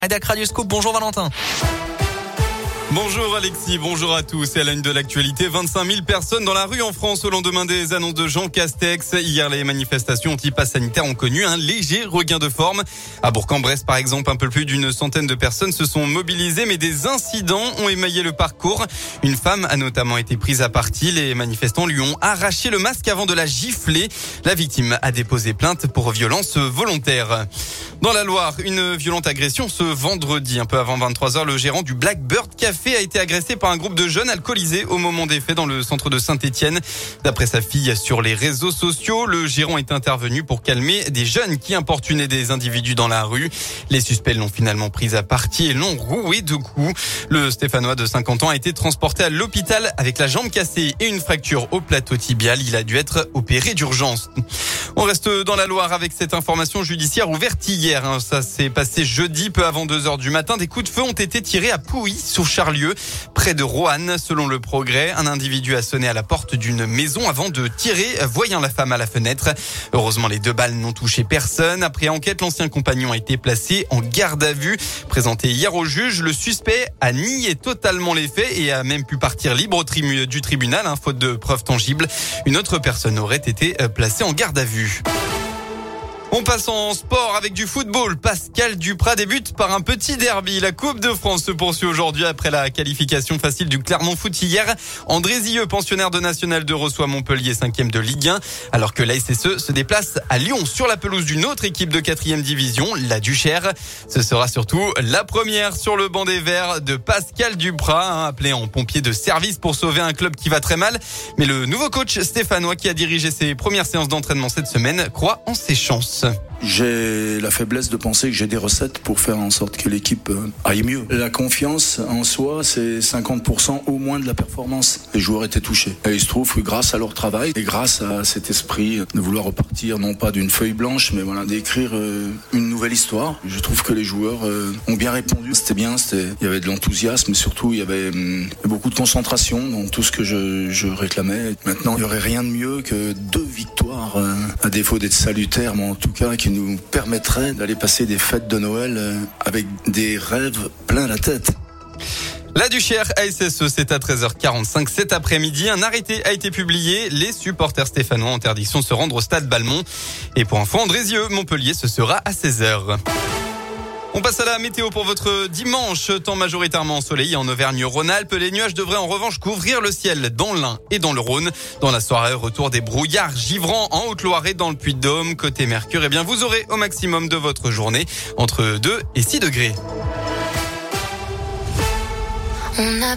Adak Radioscope, bonjour Valentin. Bonjour Alexis, bonjour à tous. Et à la une de l'actualité, 25 000 personnes dans la rue en France au lendemain des annonces de Jean Castex. Hier, les manifestations anti-pass sanitaire ont connu un léger regain de forme. À Bourg-en-Bresse, par exemple, un peu plus d'une centaine de personnes se sont mobilisées, mais des incidents ont émaillé le parcours. Une femme a notamment été prise à partie. Les manifestants lui ont arraché le masque avant de la gifler. La victime a déposé plainte pour violence volontaire. Dans la Loire, une violente agression ce vendredi, un peu avant 23h. Le gérant du Blackbird Café a été agressé par un groupe de jeunes alcoolisés au moment des faits dans le centre de Saint-Étienne. D'après sa fille sur les réseaux sociaux, le gérant est intervenu pour calmer des jeunes qui importunaient des individus dans la rue. Les suspects l'ont finalement pris à partie et l'ont roué de coups. Le Stéphanois de 50 ans a été transporté à l'hôpital avec la jambe cassée et une fracture au plateau tibial. Il a dû être opéré d'urgence. On reste dans la Loire avec cette information judiciaire ouverte hier. Ça s'est passé jeudi, peu avant 2h du matin. Des coups de feu ont été tirés à Pouilly, sur Charlieu, près de Roanne. Selon le Progrès, un individu a sonné à la porte d'une maison avant de tirer, voyant la femme à la fenêtre. Heureusement, les 2 balles n'ont touché personne. Après enquête, l'ancien compagnon a été placé en garde à vue. Présenté hier au juge, le suspect a nié totalement les faits et a même pu partir libre du tribunal, faute de preuves tangibles. Une autre personne aurait été placée en garde à vue. On passe en sport avec du football. Pascal Duprat débute par un petit derby. La Coupe de France se poursuit aujourd'hui après la qualification facile du Clermont Foot hier. André Zilleux, pensionnaire de National 2, reçoit Montpellier, 5e de Ligue 1, alors que la SSE se déplace à Lyon sur la pelouse d'une autre équipe de 4e division, la Duchère. Ce sera surtout la première sur le banc des Verts de Pascal Duprat, appelé en pompier de service pour sauver un club qui va très mal. Mais le nouveau coach stéphanois qui a dirigé ses premières séances d'entraînement cette semaine croit en ses chances. J'ai la faiblesse de penser que j'ai des recettes pour faire en sorte que l'équipe aille mieux. La confiance en soi, c'est 50% au moins de la performance. Les joueurs étaient touchés. Et il se trouve que grâce à leur travail et grâce à cet esprit de vouloir repartir, non pas d'une feuille blanche, mais voilà, d'écrire une nouvelle histoire, je trouve que les joueurs ont bien répondu. C'était bien, il y avait de l'enthousiasme, mais surtout il y avait beaucoup de concentration dans tout ce que je réclamais. Maintenant, il n'y aurait rien de mieux que 2 victoires, à défaut d'être salutaires, mais en tout cas qui nous permettrait d'aller passer des fêtes de Noël avec des rêves plein la tête. La Duchère ASSE, c'est à 13h45 cet après-midi. Un arrêté a été publié. Les supporters stéphanois ont interdiction de se rendre au stade Balmont. Et pour info, André Zilleux, Montpellier, ce sera à 16h. On passe à la météo pour votre dimanche. Temps majoritairement ensoleillé en Auvergne-Rhône-Alpes. Les nuages devraient en revanche couvrir le ciel dans l'Ain et dans le Rhône. Dans la soirée, retour des brouillards givrants en Haute-Loire et dans le Puy-de-Dôme. Côté Mercure, vous aurez au maximum de votre journée entre 2 et 6 degrés.